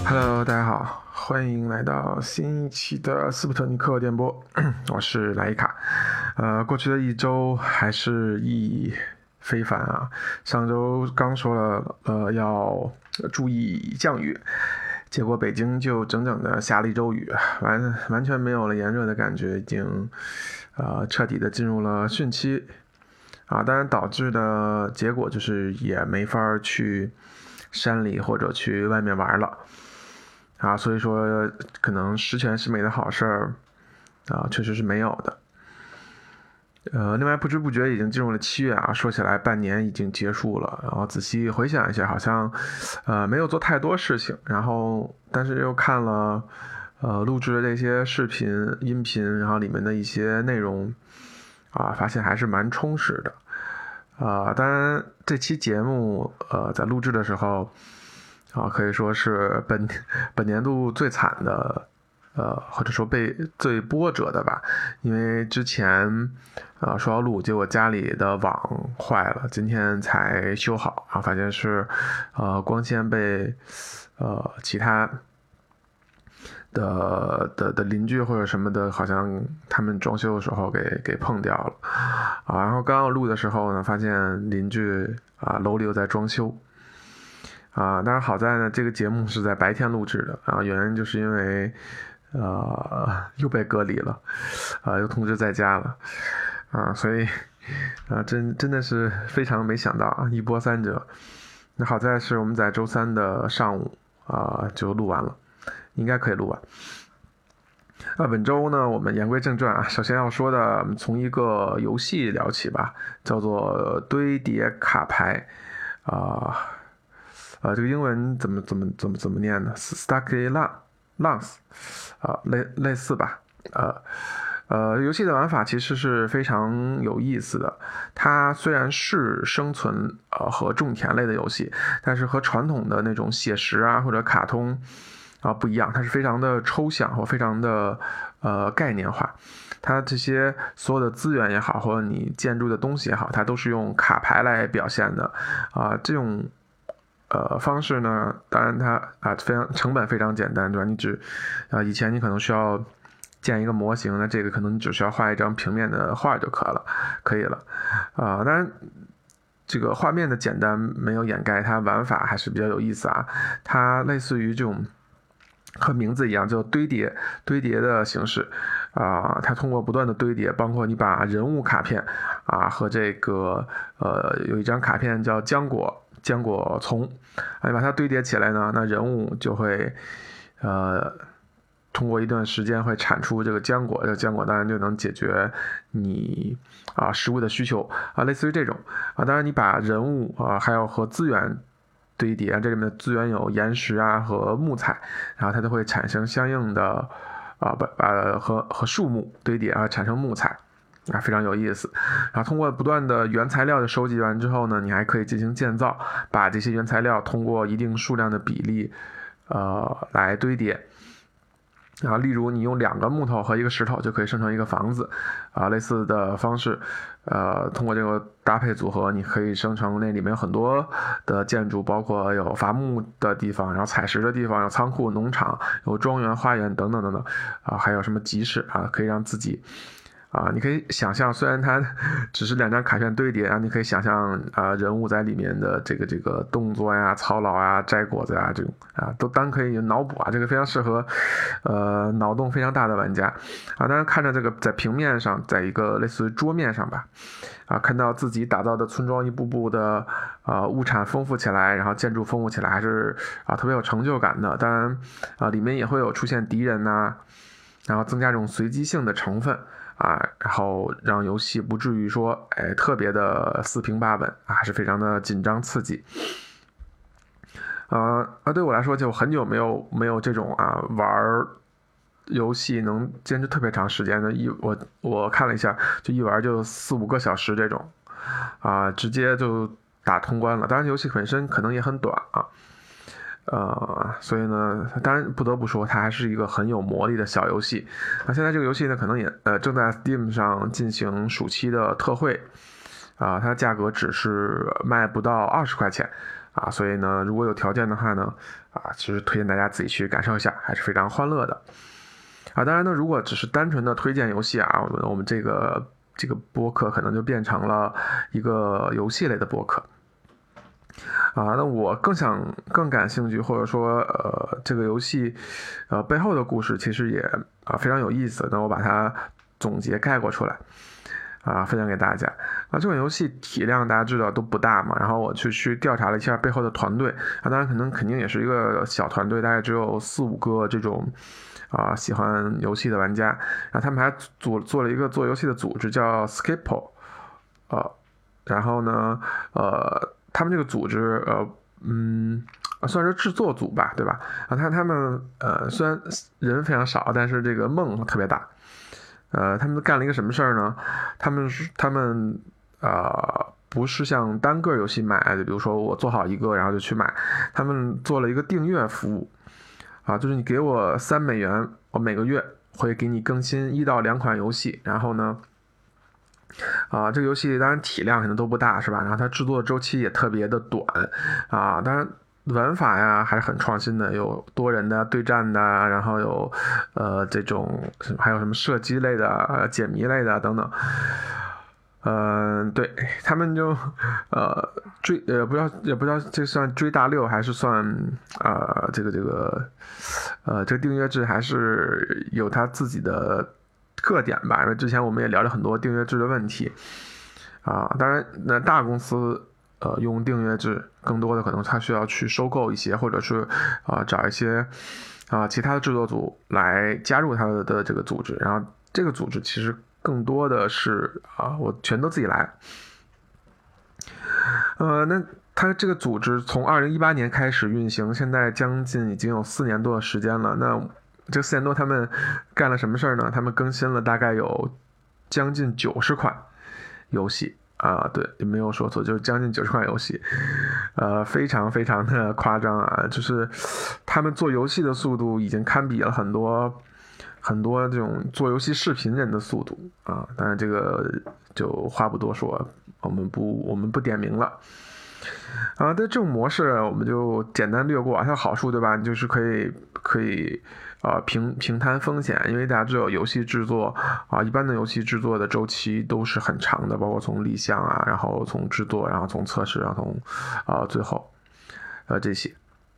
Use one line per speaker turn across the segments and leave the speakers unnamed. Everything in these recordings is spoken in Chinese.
Hello，大家好，欢迎来到新一期的斯普特尼克电波，我是莱卡。过去的一周还是意义非凡啊！上周刚说了，要注意降雨，结果北京就整整的下了一周雨，完全没有了炎热的感觉，已经彻底的进入了汛期啊！当然导致的结果就是也没法去山里或者去外面玩了。所以说可能十全十美的好事儿确实是没有的。另外不知不觉已经进入了7月啊，说起来半年已经结束了，然后仔细回想一下，好像没有做太多事情，然后但是又看了录制的这些视频音频，然后里面的一些内容发现还是蛮充实的。当然这期节目在录制的时候可以说是本年度最惨的，或者说被最波折的吧，因为之前说要录，结果家里的网坏了，今天才修好，然后发现是光纤被其他的邻居或者什么的，好像他们装修的时候给碰掉了然后刚要录的时候呢，发现邻居楼里又在装修。当然好在呢，这个节目是在白天录制的原因就是因为又被隔离了又通知在家了所以真的是非常没想到一波三折。那好在是我们在周三的上午就录完了，应该可以录完。本周呢，我们言归正传首先要说的，从一个游戏聊起吧，叫做堆叠卡牌这个英文怎么念呢 ？Stacky Lance 类似吧。游戏的玩法其实是非常有意思的。它虽然是生存和种田类的游戏，但是和传统的那种写实或者卡通不一样，它是非常的抽象和非常的概念化。它这些所有的资源也好，或者你建筑的东西也好，它都是用卡牌来表现的这种方式呢，当然它非常成本非常简单，对吧？你以前你可能需要建一个模型，那这个可能你只需要画一张平面的画就可以了当然这个画面的简单没有掩盖它玩法还是比较有意思它类似于这种和名字一样叫堆叠的形式它通过不断的堆叠，包括你把人物卡片和这个有一张卡片叫浆果丛你把它堆叠起来呢，那人物就会通过一段时间会产出这个浆果，这个浆果当然就能解决你食物的需求类似于这种当然你把人物还有和资源堆叠，这里面的资源有岩石和木材，然后它就会产生相应的和树木堆叠产生木材非常有意思。然后通过不断的原材料的收集完之后呢，你还可以进行建造，把这些原材料通过一定数量的比例来堆叠例如你用2个木头和1个石头就可以生成一个房子类似的方式通过这个搭配组合，你可以生成那里面有很多的建筑，包括有伐木的地方，然后采石的地方，有仓库、农场，有庄园、花园等等还有什么集市可以让自己你可以想象，虽然它只是2张卡片堆叠你可以想象人物在里面的这个动作操劳摘果子这种都当可以脑补这个非常适合脑洞非常大的玩家当然看着这个在平面上，在一个类似于桌面上吧看到自己打造的村庄一步步的物产丰富起来，然后建筑丰富起来，还是特别有成就感的。当然里面也会有出现敌人然后增加这种随机性的成分然后让游戏不至于说特别的四平八稳还是非常的紧张刺激对我来说就很久没有这种玩游戏能坚持特别长时间的我看了一下，就一玩就4-5个小时这种直接就打通关了。当然游戏本身可能也很短所以呢，当然不得不说，它还是一个很有魔力的小游戏。现在这个游戏呢，可能也正在 Steam 上进行暑期的特惠，它的价格只是卖不到20块钱所以呢，如果有条件的话呢，其实推荐大家自己去感受一下，还是非常欢乐的。当然呢，如果只是单纯的推荐游戏我们这个播客可能就变成了一个游戏类的播客。那我更感兴趣，或者说这个游戏背后的故事其实也非常有意思，那我把它总结概括出来分享给大家。这款游戏体量大家知道都不大嘛，然后我去调查了一下背后的团队当然肯定也是一个小团队，大概只有4-5个这种喜欢游戏的玩家，然后他们还做了一个做游戏的组织叫 Skipo， 然后呢他们这个组织算是制作组吧，对吧？他们虽然人非常少，但是这个梦特别大。他们干了一个什么事儿呢？他们不是像单个游戏买，就比如说我做好一个然后就去买，他们做了一个订阅服务就是你给我$3，我每个月会给你更新1到2款游戏，然后呢这个游戏当然体量可能都不大，是吧？然后它制作周期也特别的短当然玩法呀还是很创新的，有多人的对战的，然后有这种还有什么射击类的解谜类的等等。对，他们就也不知道这算追大六还是算这个订阅制还是有它自己的特点吧，因为之前我们也聊了很多订阅制的问题当然那大公司用订阅制更多的可能它需要去收购一些，或者是找一些其他的制作组来加入它的这个组织，然后这个组织其实更多的是我全都自己来。那它这个组织从2018年开始运行，现在将近已经有4年多的时间了。那这4年多他们干了什么事儿呢？他们更新了大概有将近90款游戏对，也没有说错，就是将近90款游戏，非常非常的夸张就是他们做游戏的速度已经堪比了很多这种做游戏视频人的速度当然这个就话不多说，我们不点名了但这种模式我们就简单略过它有好处对吧？你就是可以平摊风险，因为大家知道游戏制作一般的游戏制作的周期都是很长的，包括从立项然后从制作，然后从测试，然后从最后这些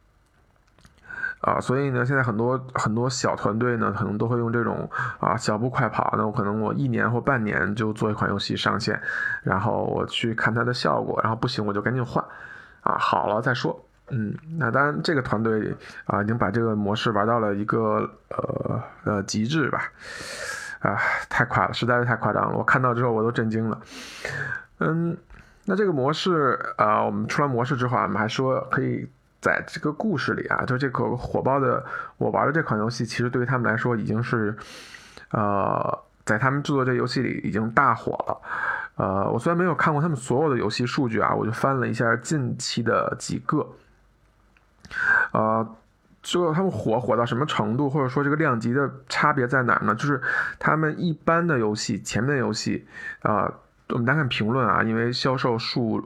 所以呢现在很多小团队呢可能都会用这种小步快跑，那我可能我1年或半年就做一款游戏上线，然后我去看它的效果，然后不行我就赶紧换好了再说。那当然这个团队已经把这个模式玩到了一个极致吧太快了，实在是太夸张了，我看到之后我都震惊了。那这个模式我们出来模式之后我们还说可以在这个故事里就这个火爆的我玩的这款游戏，其实对于他们来说已经是在他们制作这游戏里已经大火了。我虽然没有看过他们所有的游戏数据我就翻了一下近期的几个就他们火到什么程度，或者说这个量级的差别在哪呢？就是他们一般的游戏前面的游戏我们单看评论因为销售数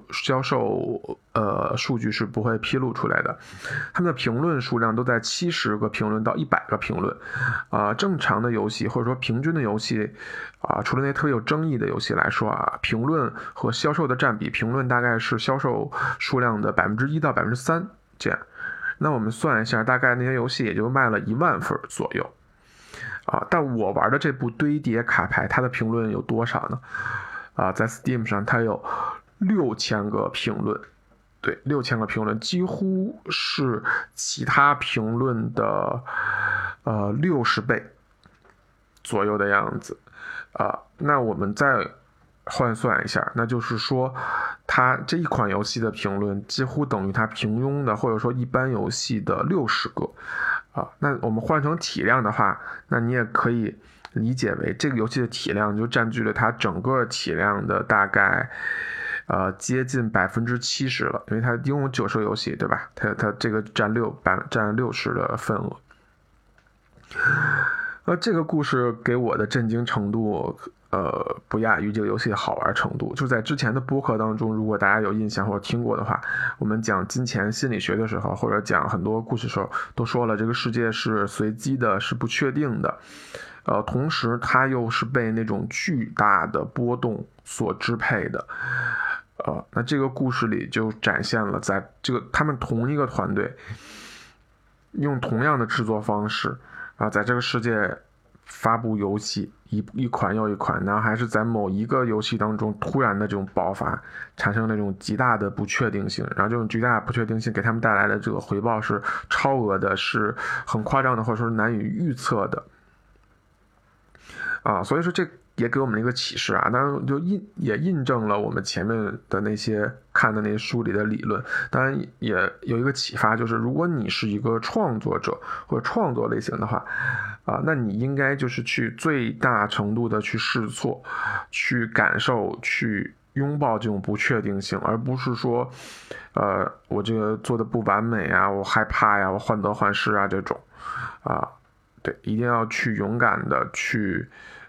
据是不会披露出来的，他们的评论数量都在70个评论到100个评论正常的游戏或者说平均的游戏除了那些特别有争议的游戏来说评论和销售的占比，评论大概是销售数量的1%到3%这样。那我们算一下，大概那些游戏也就卖了1万份左右但我玩的这部堆叠卡牌它的评论有多少呢？在 Steam 上它有6000个评论，对，6000个评论，几乎是其他评论的60倍左右的样子那我们再换算一下，那就是说它这一款游戏的评论几乎等于它平庸的或者说一般游戏的60个那我们换成体量的话，那你也可以理解为这个游戏的体量就占据了它整个体量的大概接近70%了，因为它一共有90个游戏对吧？它这个占60%的份额这个故事给我的震惊程度，不亚于这个游戏的好玩程度。就在之前的播客当中，如果大家有印象或者听过的话，我们讲金钱心理学的时候，或者讲很多故事的时候，都说了这个世界是随机的，是不确定的。同时它又是被那种巨大的波动所支配的。那这个故事里就展现了，在这个他们同一个团队用同样的制作方式在这个世界发布游戏一款又一款，然后还是在某一个游戏当中突然的这种爆发，产生那种极大的不确定性，然后这种巨大的不确定性给他们带来的这个回报是超额的，是很夸张的，或者说是难以预测的。所以说这也给我们一个启示当然也印证了我们前面的那些看的那些书里的理论。当然也有一个启发，就是如果你是一个创作者或者创作类型的话那你应该就是去最大程度的去试错，去感受，去拥抱这种不确定性，而不是说我这个做的不完美我害怕我患得患失这种对，一定要去勇敢的去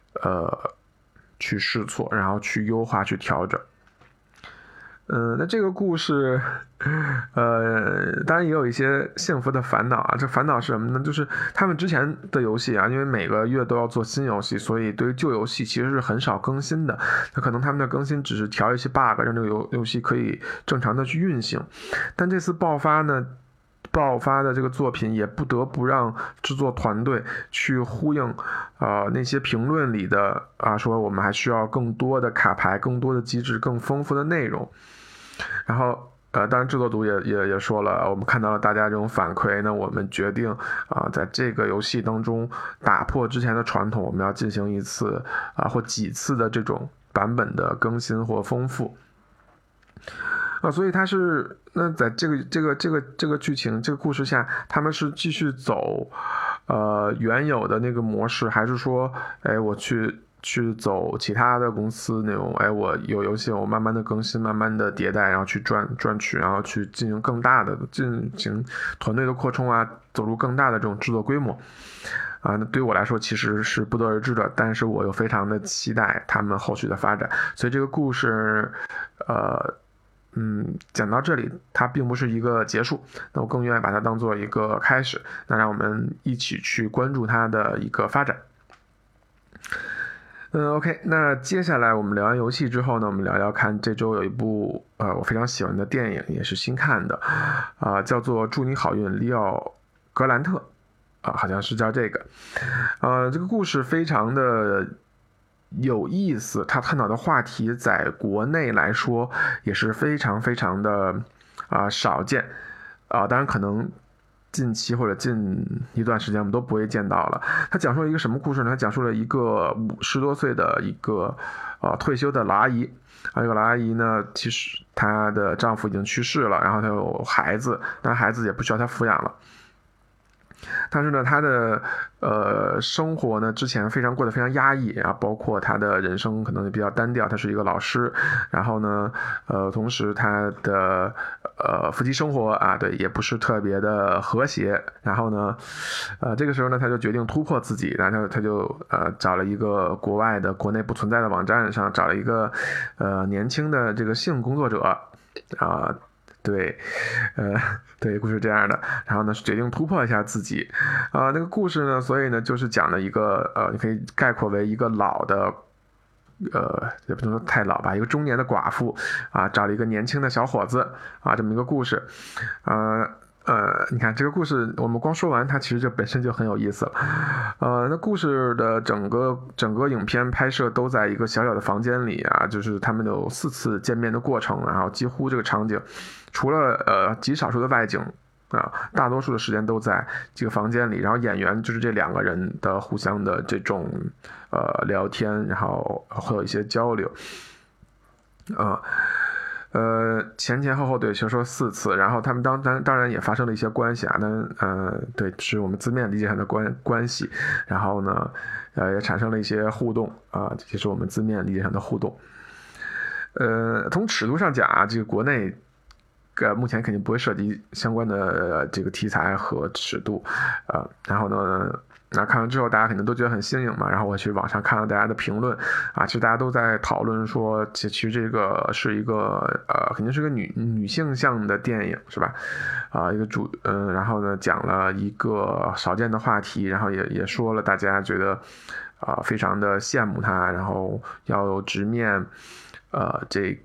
试错，然后去优化，去调整。那这个故事当然也有一些幸福的烦恼这烦恼是什么呢？就是他们之前的游戏因为每个月都要做新游戏，所以对于旧游戏其实是很少更新的。那可能他们的更新只是调一些 bug， 让这个游戏可以正常的去运行。但这次爆发的这个作品也不得不让制作团队去呼应那些评论里的说我们还需要更多的卡牌，更多的机制，更丰富的内容。然后当然制作组也说了，我们看到了大家这种反馈，那我们决定在这个游戏当中打破之前的传统，我们要进行一次或几次的这种版本的更新或丰富。所以他是在这个剧情这个故事下，他们是继续走原有的那个模式，还是说我去走其他的公司那种我有游戏我慢慢的更新，慢慢的迭代，然后去赚取，然后去进行更大的进行团队的扩充走入更大的这种制作规模那对于我来说其实是不得而知的，但是我又非常的期待他们后续的发展。所以这个故事讲到这里它并不是一个结束，那我更愿意把它当做一个开始，那让我们一起去关注它的一个发展。OK， 那接下来我们聊完游戏之后呢，我们聊聊看这周有一部我非常喜欢的电影，也是新看的叫做《祝你好运，里奥格兰特》好像是叫这个这个故事非常的有意思，他探讨的话题在国内来说也是非常非常的少见当然可能近期或者近一段时间我们都不会见到了。他讲述了一个什么故事呢？他讲述了一个50多岁的一个退休的老阿姨这个老阿姨呢，其实她的丈夫已经去世了，然后她有孩子，但孩子也不需要她抚养了。但是呢，他的生活呢之前过得非常压抑包括他的人生可能也比较单调，他是一个老师，然后呢同时他的夫妻生活对也不是特别的和谐。然后呢这个时候呢他就决定突破自己，然后他就找了一个国内不存在的网站上找了一个年轻的这个性工作者对故事这样的，然后呢决定突破一下自己那个故事呢，所以呢就是讲了一个你可以概括为一个老的也不能说太老吧，一个中年的寡妇找了一个年轻的小伙子这么一个故事你看这个故事我们光说完它其实就本身就很有意思了那故事的整个影片拍摄都在一个小小的房间里就是他们有4次见面的过程，然后几乎这个场景除了极少数的外景大多数的时间都在这个房间里，然后演员就是这2个人的互相的这种聊天，然后会有一些交流前后对，就说4次，然后他们当然也发生了一些关系对，是我们字面理解上的关系，然后呢也产生了一些互动这是我们字面理解上的互动。从尺度上讲这个国内目前肯定不会涉及相关的这个题材和尺度然后呢那看完之后，大家肯定都觉得很新颖嘛。然后我去网上看了大家的评论啊，其实大家都在讨论说，其实这个是一个肯定是个女性向的电影，是吧？一个然后呢讲了一个少见的话题，然后也说了大家觉得非常的羡慕她，然后要直面这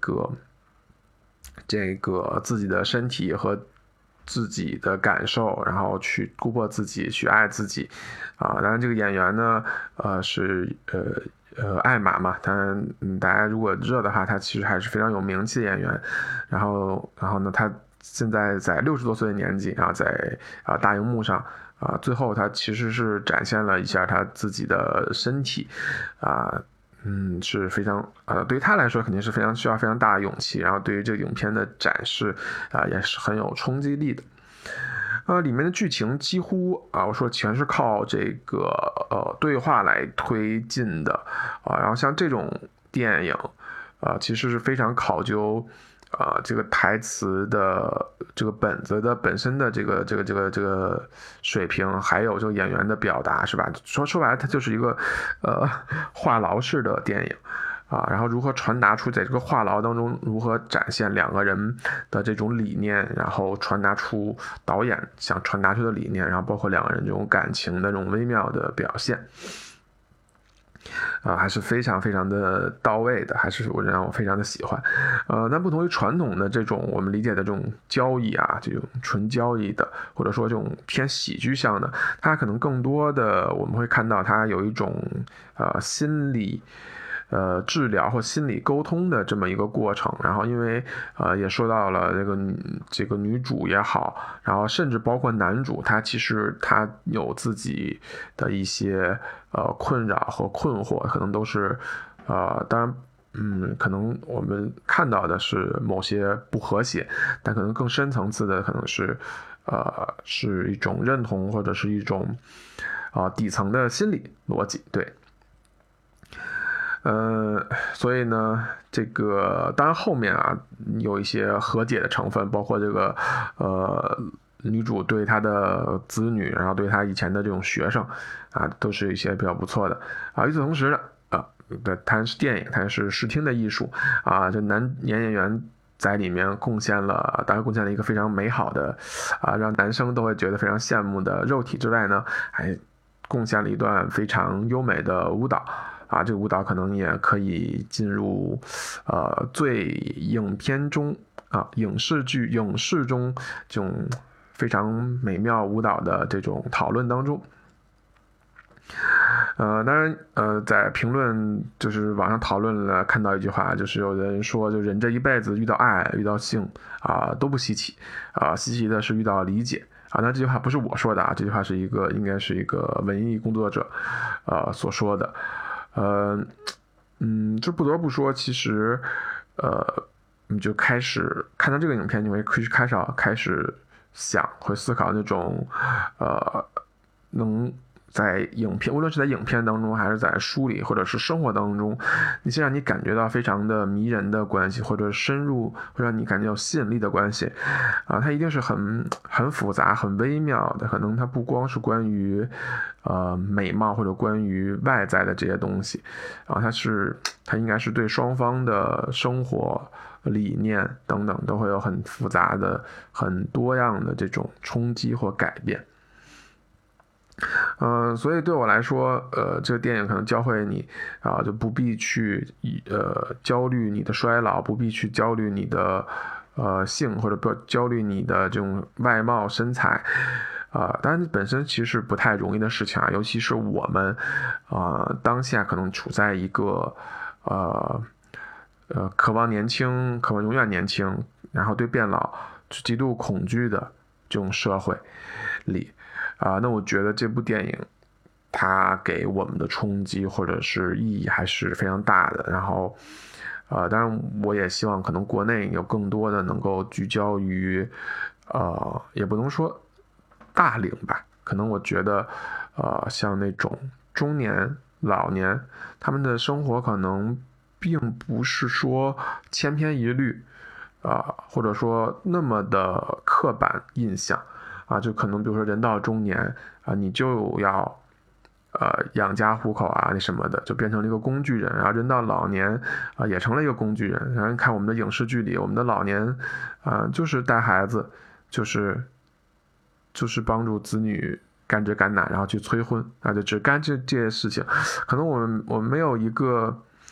个自己的身体和自己的感受，然后去突破自己，去爱自己，当然这个演员呢，是艾玛嘛，大家如果知道的话，他其实还是非常有名气的演员，然后呢，他现在在60多岁的年纪啊，在大荧幕上最后他其实是展现了一下他自己的身体是非常对于他来说肯定是需要非常大的勇气，然后对于这个影片的展示也是很有冲击力的。里面的剧情几乎我说全是靠这个对话来推进的然后像这种电影其实是非常考究这个台词的这个本子的本身的这个水平，还有这个演员的表达，是吧？说白了，它就是一个话痨式的电影然后如何传达出在这个话痨当中如何展现两个人的这种理念，然后传达出导演想传达出的理念，然后包括两个人这种感情的这种微妙的表现。还是非常非常的到位的，还是让我非常的喜欢。那不同于传统的这种我们理解的这种交易这种纯交易的，或者说这种偏喜剧向的，它可能更多的我们会看到它有一种心理治疗或心理沟通的这么一个过程，然后因为也说到了这个女主也好，然后甚至包括男主，其实他有自己的一些困扰和困惑，可能都是当然可能我们看到的是某些不和谐，但可能更深层次的可能是一种认同，或者是一种底层的心理逻辑，对。所以呢，这个当然后面有一些和解的成分，包括这个女主对她的子女，然后对她以前的这种学生都是一些比较不错的与此同时呢，它是电影，它是视听的艺术这男演员在里面当然贡献了一个非常美好的让男生都会觉得非常羡慕的肉体之外呢，还贡献了一段非常优美的舞蹈这个舞蹈可能也可以进入最影片中影视中这种非常美妙舞蹈的这种讨论当中。当然在评论就是网上讨论了，看到一句话，就是有人说，就人这一辈子遇到爱遇到性都不稀奇稀奇的是遇到理解那这句话不是我说的这句话是应该是一个文艺工作者所说的。就不得不说，其实你就开始看到这个影片，你会开始想，会思考那种能在无论是在影片当中，还是在书里，或者是生活当中，那些让你感觉到非常的迷人的关系，或者深入会让你感觉有吸引力的关系它一定是很复杂很微妙的，可能它不光是关于美貌或者关于外在的这些东西它应该是对双方的生活理念等等都会有很复杂的很多样的这种冲击或改变。所以对我来说这个电影可能教会你就不必去焦虑你的衰老，不必去焦虑你的性，或者不焦虑你的这种外貌身材当然本身其实不太容易的事情尤其是我们当下可能处在一个渴望年轻，渴望永远年轻，然后对变老极度恐惧的这种社会里那我觉得这部电影它给我们的冲击或者是意义还是非常大的。然后当然我也希望可能国内有更多的能够聚焦于也不能说大龄吧，可能我觉得像那种中年老年，他们的生活可能并不是说千篇一律或者说那么的刻板印象就可能比如说人到中年你就要养家糊口啊，那什么的，就变成了一个工具人。然后人到老年也成了一个工具人。然后看我们的影视剧里，我们的老年就是带孩子，就是帮助子女干这干那，然后去催婚啊，就只干这些事情。可能我们没有一个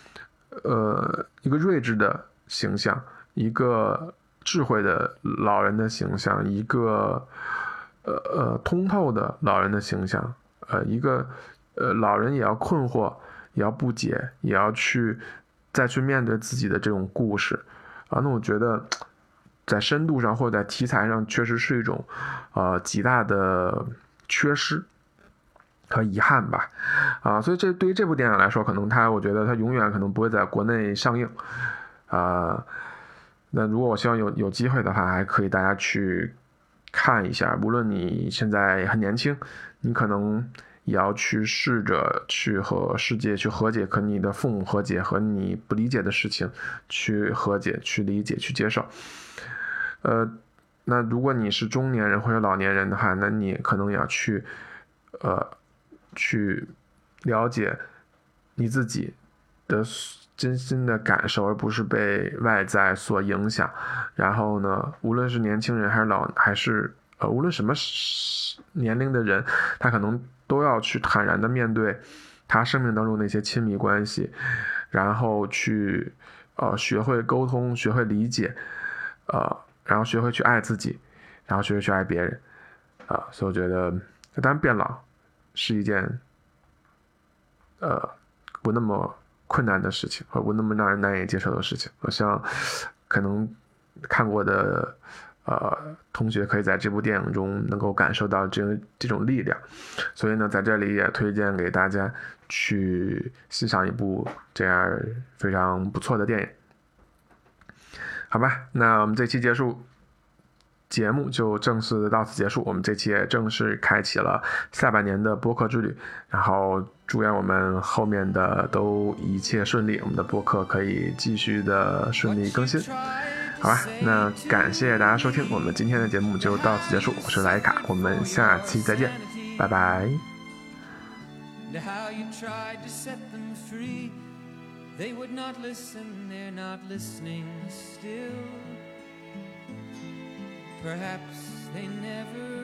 睿智的形象，一个智慧的老人的形象，一个通透的老人的形象，一个老人也要困惑，也要不解，也要再去面对自己的这种故事啊。那我觉得在深度上或者在题材上，确实是一种极大的缺失和遗憾吧，所以对于这部电影来说，可能我觉得它永远可能不会在国内上映，那如果我希望有机会的话，还可以大家去看一下。无论你现在很年轻，你可能也要去试着去和世界去和解，和你的父母和解，和你不理解的事情去和解、去理解、去接受。那如果你是中年人或者老年人的话，那你可能也要去了解你自己的真心的感受，而不是被外在所影响。然后呢，无论是年轻人还是无论什么年龄的人，他可能都要去坦然的面对他生命当中的那些亲密关系，然后去学会沟通，学会理解，然后学会去爱自己，然后学会去爱别人所以我觉得当然变老是一件不那么困难的事情，和不那么让人难以接受的事情。我希望可能看过的同学可以在这部电影中能够感受到这种力量。所以呢，在这里也推荐给大家去欣赏一部这样非常不错的电影。好吧，那我们这期节目就正式到此结束。我们这期也正式开启了下半年的播客之旅，然后祝愿我们后面的都一切顺利，我们的播客可以继续的顺利更新。好吧，那感谢大家收听，我们今天的节目就到此结束。我是莱卡，我们下期再见，拜拜。They would not listen, they're not listening still. Perhaps they never